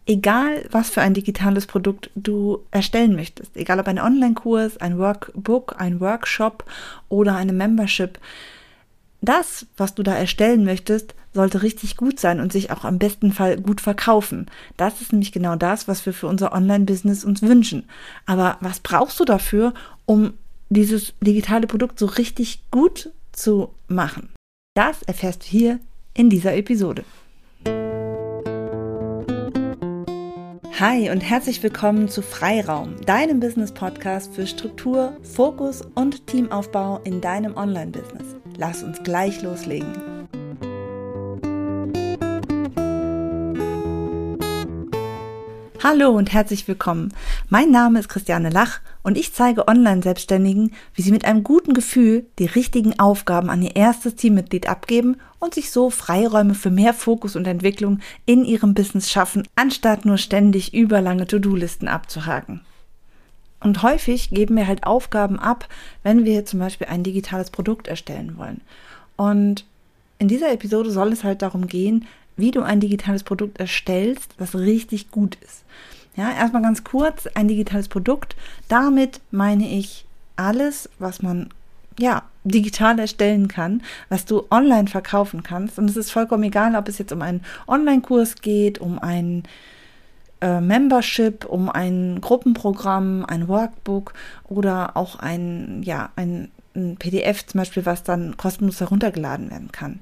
egal was für ein digitales Produkt du erstellen möchtest, egal ob ein Online-Kurs, ein Workbook, ein Workshop oder eine Membership, das, was du da erstellen möchtest, sollte richtig gut sein und sich auch am besten Fall gut verkaufen. Das ist nämlich genau das, was wir für unser Online-Business uns wünschen. Aber was brauchst du dafür, um dieses digitale Produkt so richtig gut zu machen? Das erfährst du hier in dieser Episode. Hi und herzlich willkommen zu Freiraum, deinem Business-Podcast für Struktur, Fokus und Teamaufbau in deinem Online-Business. Lass uns gleich loslegen. Hallo und herzlich willkommen. Mein Name ist Christiane Lach und ich zeige Online-Selbstständigen, wie sie mit einem guten Gefühl die richtigen Aufgaben an ihr erstes Teammitglied abgeben und sich so Freiräume für mehr Fokus und Entwicklung in ihrem Business schaffen, anstatt nur ständig überlange To-Do-Listen abzuhaken. Und häufig geben wir halt Aufgaben ab, wenn wir zum Beispiel ein digitales Produkt erstellen wollen. Und in dieser Episode soll es halt darum gehen, wie du ein digitales Produkt erstellst, das richtig gut ist. Ja, erstmal ganz kurz, ein digitales Produkt, damit meine ich alles, was man digital erstellen kann, was du online verkaufen kannst. Und es ist vollkommen egal, ob es jetzt um einen Online-Kurs geht, um ein Membership, um ein Gruppenprogramm, ein Workbook oder auch ein PDF zum Beispiel, was dann kostenlos heruntergeladen werden kann.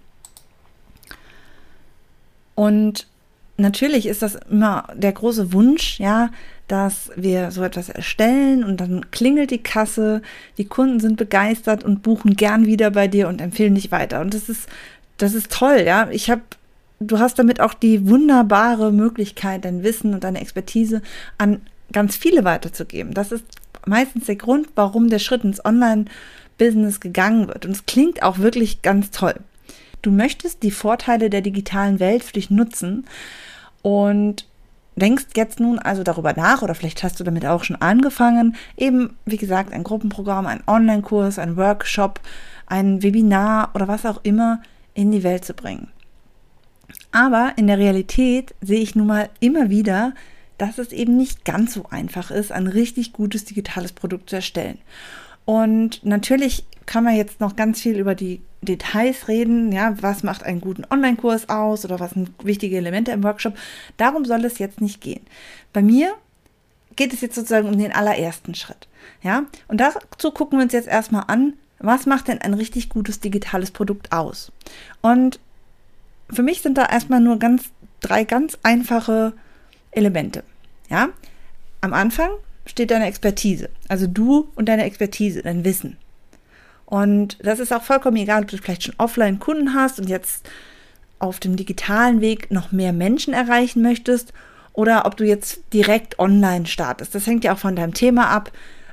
Und natürlich ist das immer der große Wunsch, dass wir so etwas erstellen und dann klingelt die Kasse, die Kunden sind begeistert und buchen gern wieder bei dir und empfehlen dich weiter. Und das ist toll, ja. Du hast damit auch die wunderbare Möglichkeit, dein Wissen und deine Expertise an ganz viele weiterzugeben. Das ist meistens der Grund, warum der Schritt ins Online-Business gegangen wird. Und es klingt auch wirklich ganz toll. Du möchtest die Vorteile der digitalen Welt für dich nutzen und denkst jetzt nun also darüber nach, oder vielleicht hast du damit auch schon angefangen, eben, wie gesagt, ein Gruppenprogramm, ein Online-Kurs, ein Workshop, ein Webinar oder was auch immer in die Welt zu bringen. Aber in der Realität sehe ich nun mal immer wieder, dass es eben nicht ganz so einfach ist, ein richtig gutes digitales Produkt zu erstellen. Und natürlich kann man jetzt noch ganz viel über die Details reden, was macht einen guten Online-Kurs aus oder was sind wichtige Elemente im Workshop. Darum soll es jetzt nicht gehen. Bei mir geht es jetzt sozusagen um den allerersten Schritt. Und dazu gucken wir uns jetzt erstmal an, was macht denn ein richtig gutes digitales Produkt aus? Und für mich sind da erstmal nur drei ganz einfache Elemente. Am Anfang steht deine Expertise, also du und deine Expertise, dein Wissen. Und das ist auch vollkommen egal, ob du vielleicht schon offline Kunden hast und jetzt auf dem digitalen Weg noch mehr Menschen erreichen möchtest oder ob du jetzt direkt online startest. Das hängt ja auch von deinem Thema ab.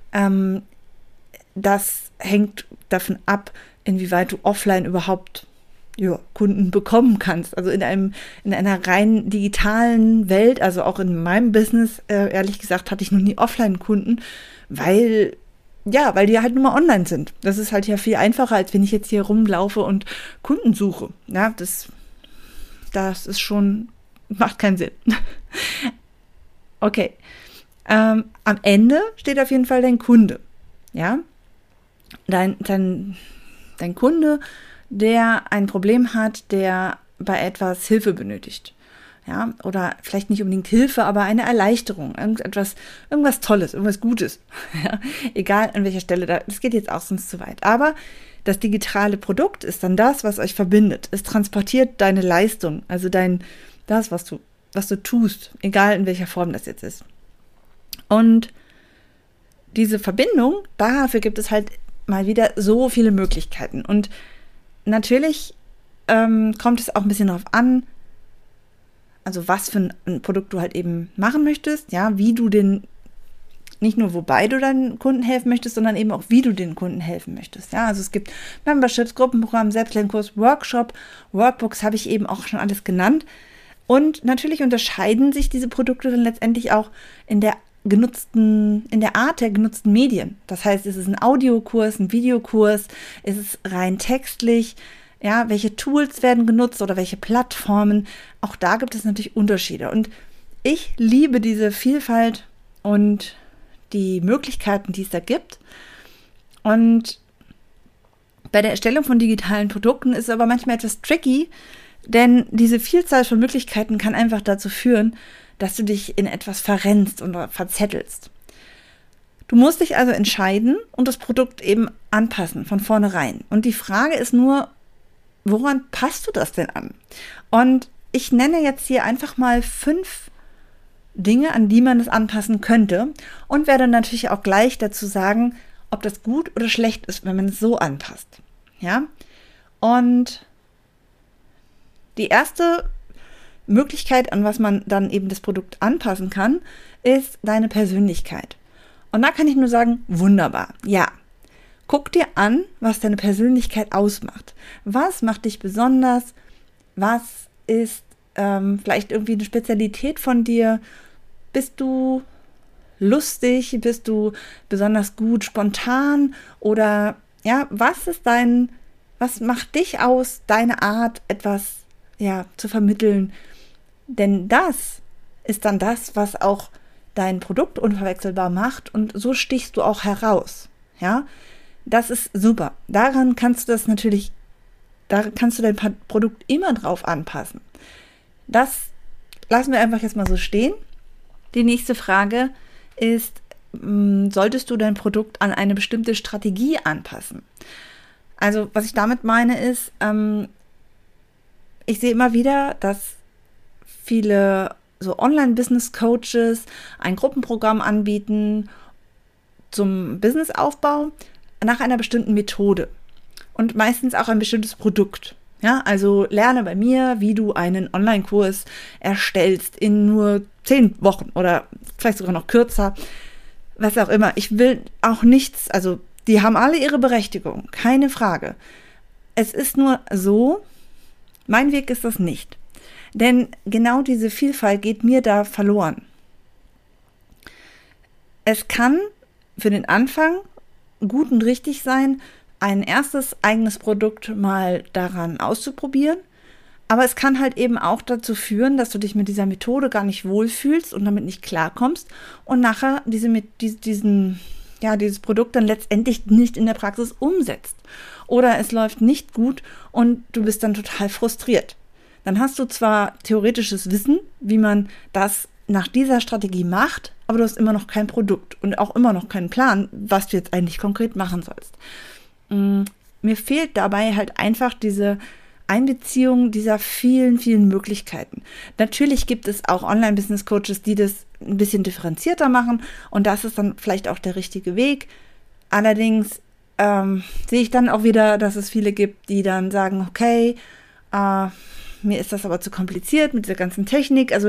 Das hängt davon ab, inwieweit du offline überhaupt Kunden bekommen kannst. Also in einer rein digitalen Welt, also auch in meinem Business, ehrlich gesagt, hatte ich noch nie Offline-Kunden, weil die halt nur mal online sind. Das ist halt ja viel einfacher, als wenn ich jetzt hier rumlaufe und Kunden suche. Das ist schon, macht keinen Sinn. Okay. Am Ende steht auf jeden Fall dein Kunde. Dein Kunde, der ein Problem hat, der bei etwas Hilfe benötigt. Oder vielleicht nicht unbedingt Hilfe, aber eine Erleichterung, irgendwas Tolles, irgendwas Gutes. Egal an welcher Stelle, das geht jetzt auch sonst zu weit. Aber das digitale Produkt ist dann das, was euch verbindet. Es transportiert deine Leistung, also das, was du tust, egal in welcher Form das jetzt ist. Und diese Verbindung, dafür gibt es halt mal wieder so viele Möglichkeiten. Und natürlich kommt es auch ein bisschen darauf an, also was für ein Produkt du halt eben machen möchtest, wie du nicht nur wobei du deinen Kunden helfen möchtest, sondern eben auch wie du den Kunden helfen möchtest. Also es gibt Memberships, Gruppenprogramm, Selbstlernkurs, Workshop, Workbooks, habe ich eben auch schon alles genannt. Und natürlich unterscheiden sich diese Produkte dann letztendlich auch in der Art der genutzten Medien. Das heißt, ist es ein Audiokurs, ein Videokurs, ist es rein textlich, welche Tools werden genutzt oder welche Plattformen. Auch da gibt es natürlich Unterschiede. Und Ich liebe diese Vielfalt und die Möglichkeiten, die es da gibt. Und bei der Erstellung von digitalen Produkten ist es aber manchmal etwas tricky, denn diese Vielzahl von Möglichkeiten kann einfach dazu führen, dass du dich in etwas verrennst oder verzettelst. Du musst dich also entscheiden und das Produkt eben anpassen von vornherein. Und die Frage ist nur, woran passt du das denn an? Und ich nenne jetzt hier einfach mal 5 Dinge, an die man es anpassen könnte und werde natürlich auch gleich dazu sagen, ob das gut oder schlecht ist, wenn man es so anpasst. Ja? Und die erste Möglichkeit, an was man dann eben das Produkt anpassen kann, ist deine Persönlichkeit. Und da kann ich nur sagen, wunderbar, ja. Guck dir an, was deine Persönlichkeit ausmacht. Was macht dich besonders? Was ist vielleicht irgendwie eine Spezialität von dir? Bist du lustig? Bist du besonders gut spontan? Oder ja, was macht dich aus, deine Art, etwas zu vermitteln? Denn das ist dann das, was auch dein Produkt unverwechselbar macht und so stichst du auch heraus. Ja, das ist super. Da kannst du dein Produkt immer drauf anpassen. Das lassen wir einfach jetzt mal so stehen. Die nächste Frage ist, solltest du dein Produkt an eine bestimmte Strategie anpassen? Also, was ich damit meine ist, ich sehe immer wieder, dass viele so Online-Business-Coaches ein Gruppenprogramm anbieten zum Businessaufbau nach einer bestimmten Methode und meistens auch ein bestimmtes Produkt. Ja, also lerne bei mir, wie du einen Online-Kurs erstellst in nur 10 Wochen oder vielleicht sogar noch kürzer, was auch immer. Ich will auch nichts, also die haben alle ihre Berechtigung, keine Frage. Es ist nur so, mein Weg ist das nicht. Denn genau diese Vielfalt geht mir da verloren. Es kann für den Anfang gut und richtig sein, ein erstes eigenes Produkt mal daran auszuprobieren. Aber es kann halt eben auch dazu führen, dass du dich mit dieser Methode gar nicht wohlfühlst und damit nicht klarkommst und nachher dieses Produkt dann letztendlich nicht in der Praxis umsetzt. Oder es läuft nicht gut und du bist dann total frustriert. Dann hast du zwar theoretisches Wissen, wie man das nach dieser Strategie macht, aber du hast immer noch kein Produkt und auch immer noch keinen Plan, was du jetzt eigentlich konkret machen sollst. Mir fehlt dabei halt einfach diese Einbeziehung dieser vielen, vielen Möglichkeiten. Natürlich gibt es auch Online-Business-Coaches, die das ein bisschen differenzierter machen und das ist dann vielleicht auch der richtige Weg. Allerdings sehe ich dann auch wieder, dass es viele gibt, die dann sagen, okay, mir ist das aber zu kompliziert mit dieser ganzen Technik. Also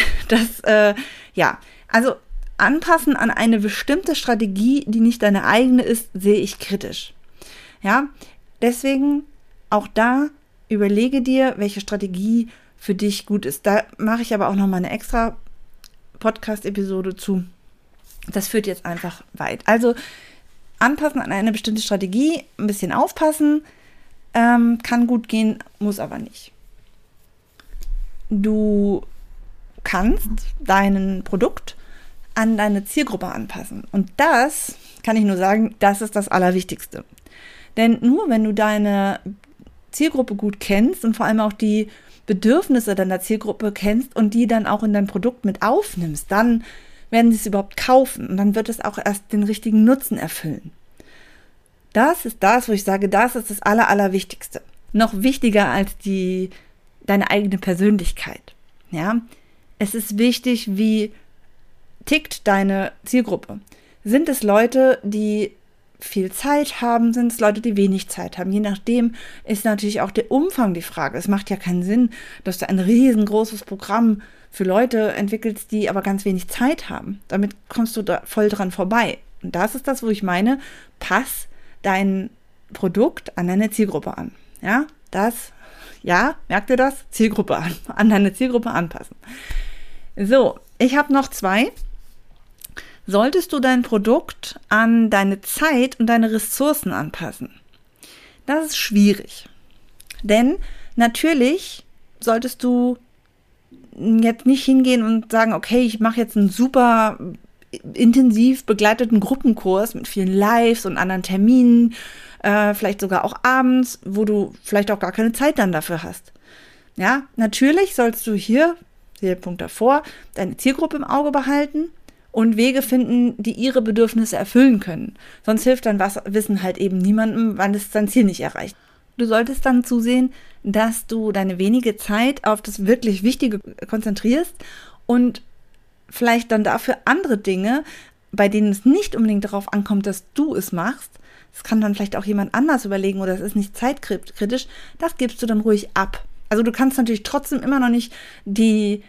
also anpassen an eine bestimmte Strategie, die nicht deine eigene ist, sehe ich kritisch. Ja, deswegen auch da überlege dir, welche Strategie für dich gut ist. Da mache ich aber auch nochmal eine extra Podcast-Episode zu. Das führt jetzt einfach weit. Also anpassen an eine bestimmte Strategie, ein bisschen aufpassen, kann gut gehen, muss aber nicht. Du kannst dein Produkt an deine Zielgruppe anpassen. Und das kann ich nur sagen, das ist das Allerwichtigste. Denn nur wenn du deine Zielgruppe gut kennst und vor allem auch die Bedürfnisse deiner Zielgruppe kennst und die dann auch in dein Produkt mit aufnimmst, dann werden sie es überhaupt kaufen und dann wird es auch erst den richtigen Nutzen erfüllen. Das ist das, wo ich sage, das ist das Allerwichtigste. Noch wichtiger als deine eigene Persönlichkeit. Ja? Es ist wichtig, wie tickt deine Zielgruppe. Sind es Leute, die viel Zeit haben, sind es Leute, die wenig Zeit haben. Je nachdem ist natürlich auch der Umfang die Frage. Es macht ja keinen Sinn, dass du ein riesengroßes Programm für Leute entwickelst, die aber ganz wenig Zeit haben. Damit kommst du da voll dran vorbei. Und das ist das, wo ich meine, pass dein Produkt an deine Zielgruppe an. Merkt ihr das? Zielgruppe an deine Zielgruppe anpassen. So, ich habe noch 2. Solltest du dein Produkt an deine Zeit und deine Ressourcen anpassen? Das ist schwierig. Denn natürlich solltest du jetzt nicht hingehen und sagen, okay, ich mache jetzt einen super intensiv begleiteten Gruppenkurs mit vielen Lives und anderen Terminen, vielleicht sogar auch abends, wo du vielleicht auch gar keine Zeit dann dafür hast. Ja, natürlich sollst du hier, der Punkt davor, deine Zielgruppe im Auge behalten und Wege finden, die ihre Bedürfnisse erfüllen können. Sonst hilft dann Wissen halt eben niemandem, weil es sein Ziel nicht erreicht. Du solltest dann zusehen, dass du deine wenige Zeit auf das wirklich Wichtige konzentrierst und vielleicht dann dafür andere Dinge, bei denen es nicht unbedingt darauf ankommt, dass du es machst, das kann dann vielleicht auch jemand anders überlegen oder es ist nicht zeitkritisch, das gibst du dann ruhig ab. Also du kannst natürlich trotzdem immer noch nicht die,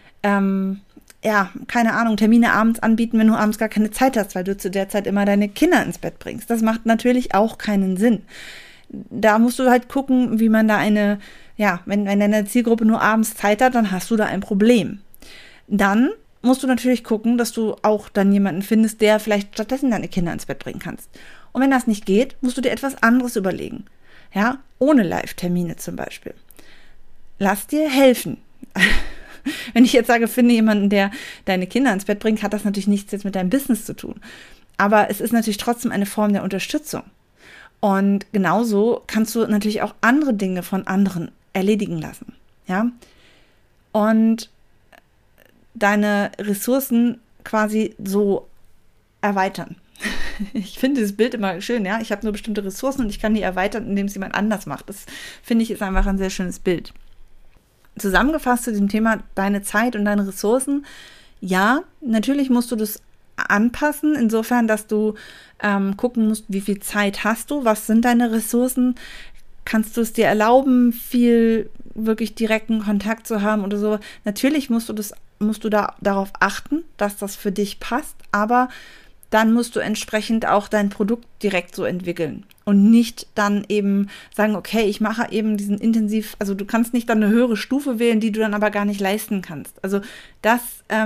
keine Ahnung, Termine abends anbieten, wenn du abends gar keine Zeit hast, weil du zu der Zeit immer deine Kinder ins Bett bringst. Das macht natürlich auch keinen Sinn. Da musst du halt gucken, wie man da wenn deine Zielgruppe nur abends Zeit hat, dann hast du da ein Problem. Dann musst du natürlich gucken, dass du auch dann jemanden findest, der vielleicht stattdessen deine Kinder ins Bett bringen kannst. Und wenn das nicht geht, musst du dir etwas anderes überlegen. Ja, ohne Live-Termine zum Beispiel. Lass dir helfen. Wenn ich jetzt sage, finde jemanden, der deine Kinder ins Bett bringt, hat das natürlich nichts jetzt mit deinem Business zu tun. Aber es ist natürlich trotzdem eine Form der Unterstützung. Und genauso kannst du natürlich auch andere Dinge von anderen erledigen lassen. Ja? Und deine Ressourcen quasi so erweitern. Ich finde dieses Bild immer schön, ja. Ich habe nur bestimmte Ressourcen und ich kann die erweitern, indem es jemand anders macht. Das finde ich ist einfach ein sehr schönes Bild. Zusammengefasst zu diesem Thema deine Zeit und deine Ressourcen. Ja, natürlich musst du das anpassen, insofern, dass du gucken musst, wie viel Zeit hast du, was sind deine Ressourcen, kannst du es dir erlauben, viel wirklich direkten Kontakt zu haben oder so. Natürlich musst du darauf achten, dass das für dich passt, aber dann musst du entsprechend auch dein Produkt direkt so entwickeln und nicht dann eben sagen, okay, ich mache eben diesen intensiv, also du kannst nicht dann eine höhere Stufe wählen, die du dann aber gar nicht leisten kannst. Also das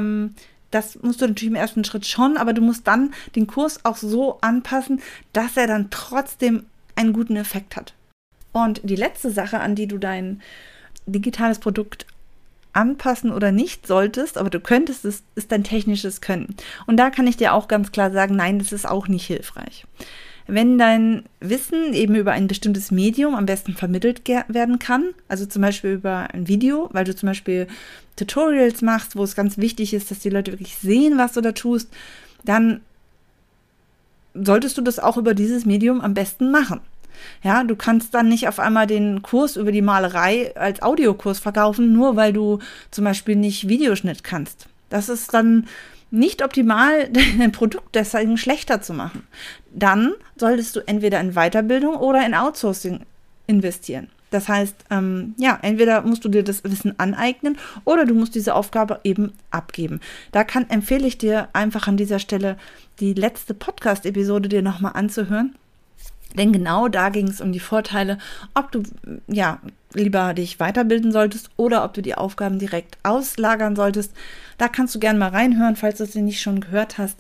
musst du natürlich im ersten Schritt schon, aber du musst dann den Kurs auch so anpassen, dass er dann trotzdem einen guten Effekt hat. Und die letzte Sache, an die du dein digitales Produkt anpassen oder nicht solltest, aber du könntest es, ist dein technisches Können. Und da kann ich dir auch ganz klar sagen, nein, das ist auch nicht hilfreich. Wenn dein Wissen eben über ein bestimmtes Medium am besten vermittelt werden kann, also zum Beispiel über ein Video, weil du zum Beispiel Tutorials machst, wo es ganz wichtig ist, dass die Leute wirklich sehen, was du da tust, dann solltest du das auch über dieses Medium am besten machen. Ja, du kannst dann nicht auf einmal den Kurs über die Malerei als Audiokurs verkaufen, nur weil du zum Beispiel nicht Videoschnitt kannst. Das ist dann nicht optimal, dein Produkt deswegen schlechter zu machen. Dann solltest du entweder in Weiterbildung oder in Outsourcing investieren. Das heißt, entweder musst du dir das Wissen aneignen oder du musst diese Aufgabe eben abgeben. Da empfehle ich dir einfach an dieser Stelle die letzte Podcast-Episode dir nochmal anzuhören. Denn genau da ging es um die Vorteile, ob du lieber dich weiterbilden solltest oder ob du die Aufgaben direkt auslagern solltest. Da kannst du gerne mal reinhören, falls du sie nicht schon gehört hast.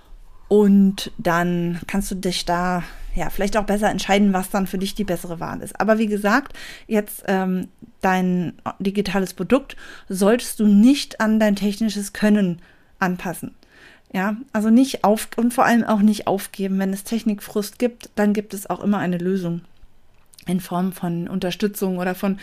Und dann kannst du dich da vielleicht auch besser entscheiden, was dann für dich die bessere Wahl ist. Aber wie gesagt, jetzt dein digitales Produkt solltest du nicht an dein technisches Können anpassen. Ja, also nicht und vor allem auch nicht aufgeben. Wenn es Technikfrust gibt, dann gibt es auch immer eine Lösung in Form von Unterstützung oder von,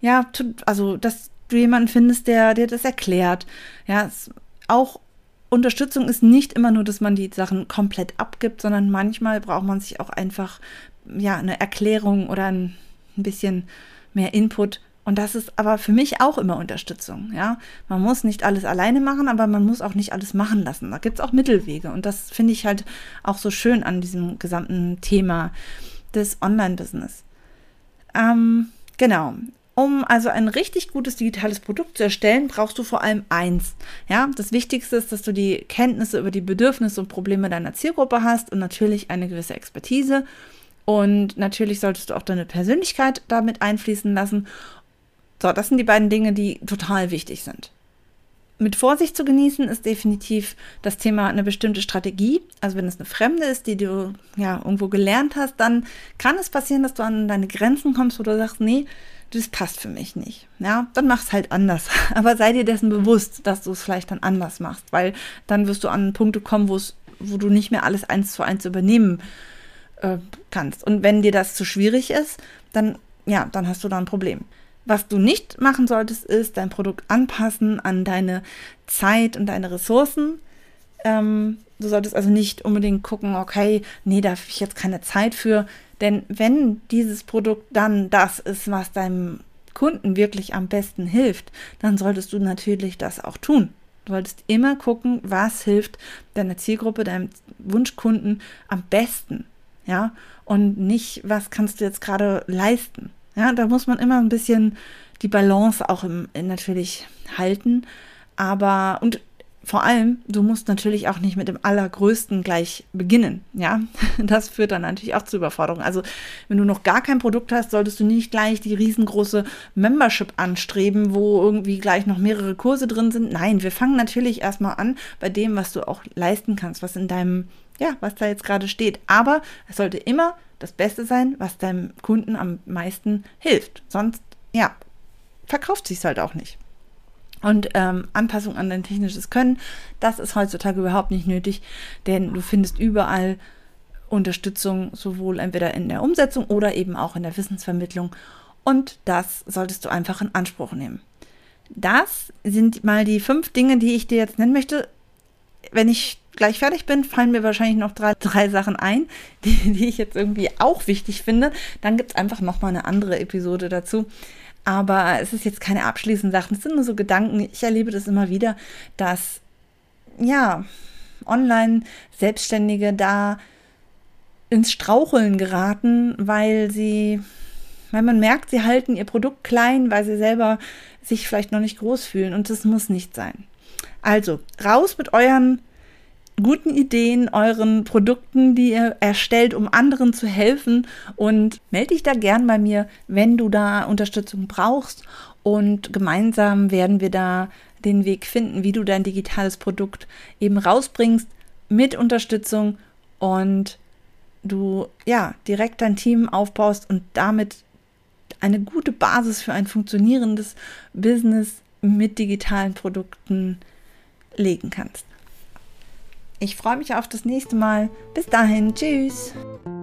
dass du jemanden findest, der dir das erklärt. Ja, auch Unterstützung ist nicht immer nur, dass man die Sachen komplett abgibt, sondern manchmal braucht man sich auch einfach, eine Erklärung oder ein bisschen mehr Input. Und das ist aber für mich auch immer Unterstützung, ja. Man muss nicht alles alleine machen, aber man muss auch nicht alles machen lassen. Da gibt es auch Mittelwege. Und das finde ich halt auch so schön an diesem gesamten Thema des Online-Business. Genau. Um also ein richtig gutes digitales Produkt zu erstellen, brauchst du vor allem eins. Ja, das Wichtigste ist, dass du die Kenntnisse über die Bedürfnisse und Probleme deiner Zielgruppe hast und natürlich eine gewisse Expertise. Und natürlich solltest du auch deine Persönlichkeit damit einfließen lassen. So, das sind die beiden Dinge, die total wichtig sind. Mit Vorsicht zu genießen ist definitiv das Thema eine bestimmte Strategie. Also wenn es eine fremde ist, die du irgendwo gelernt hast, dann kann es passieren, dass du an deine Grenzen kommst, wo du sagst, nee, das passt für mich nicht. Ja, dann mach's halt anders. Aber sei dir dessen bewusst, dass du es vielleicht dann anders machst, weil dann wirst du an Punkte kommen, wo du nicht mehr alles 1:1 übernehmen kannst. Und wenn dir das zu schwierig ist, dann hast du da ein Problem. Was du nicht machen solltest, ist dein Produkt anpassen an deine Zeit und deine Ressourcen. Du solltest also nicht unbedingt gucken, okay, nee, da habe ich jetzt keine Zeit für. Denn wenn dieses Produkt dann das ist, was deinem Kunden wirklich am besten hilft, dann solltest du natürlich das auch tun. Du solltest immer gucken, was hilft deiner Zielgruppe, deinem Wunschkunden am besten. Ja, und nicht, was kannst du jetzt gerade leisten. Ja, da muss man immer ein bisschen die Balance auch natürlich halten. Aber, und vor allem, du musst natürlich auch nicht mit dem Allergrößten gleich beginnen. Ja, das führt dann natürlich auch zu Überforderung. Also, wenn du noch gar kein Produkt hast, solltest du nicht gleich die riesengroße Membership anstreben, wo irgendwie gleich noch mehrere Kurse drin sind. Nein, wir fangen natürlich erstmal an bei dem, was du auch leisten kannst, was was da jetzt gerade steht. Aber es sollte immer das Beste sein, was deinem Kunden am meisten hilft. Sonst, verkauft sich's halt auch nicht. Und Anpassung an dein technisches Können, das ist heutzutage überhaupt nicht nötig, denn du findest überall Unterstützung, sowohl entweder in der Umsetzung oder eben auch in der Wissensvermittlung. Und das solltest du einfach in Anspruch nehmen. Das sind mal die 5 Dinge, die ich dir jetzt nennen möchte. Wenn ich gleich fertig bin, fallen mir wahrscheinlich noch drei Sachen ein, die ich jetzt irgendwie auch wichtig finde. Dann gibt es einfach nochmal eine andere Episode dazu. Aber es ist jetzt keine abschließenden Sachen, es sind nur so Gedanken. Ich erlebe das immer wieder, dass Online-Selbstständige da ins Straucheln geraten, weil man merkt, sie halten ihr Produkt klein, weil sie selber sich vielleicht noch nicht groß fühlen, und das muss nicht sein. Also, raus mit euren guten Ideen, euren Produkten, die ihr erstellt, um anderen zu helfen, und melde dich da gern bei mir, wenn du da Unterstützung brauchst, und gemeinsam werden wir da den Weg finden, wie du dein digitales Produkt eben rausbringst mit Unterstützung und du direkt dein Team aufbaust und damit eine gute Basis für ein funktionierendes Business mit digitalen Produkten legen kannst. Ich freue mich auf das nächste Mal. Bis dahin, tschüss!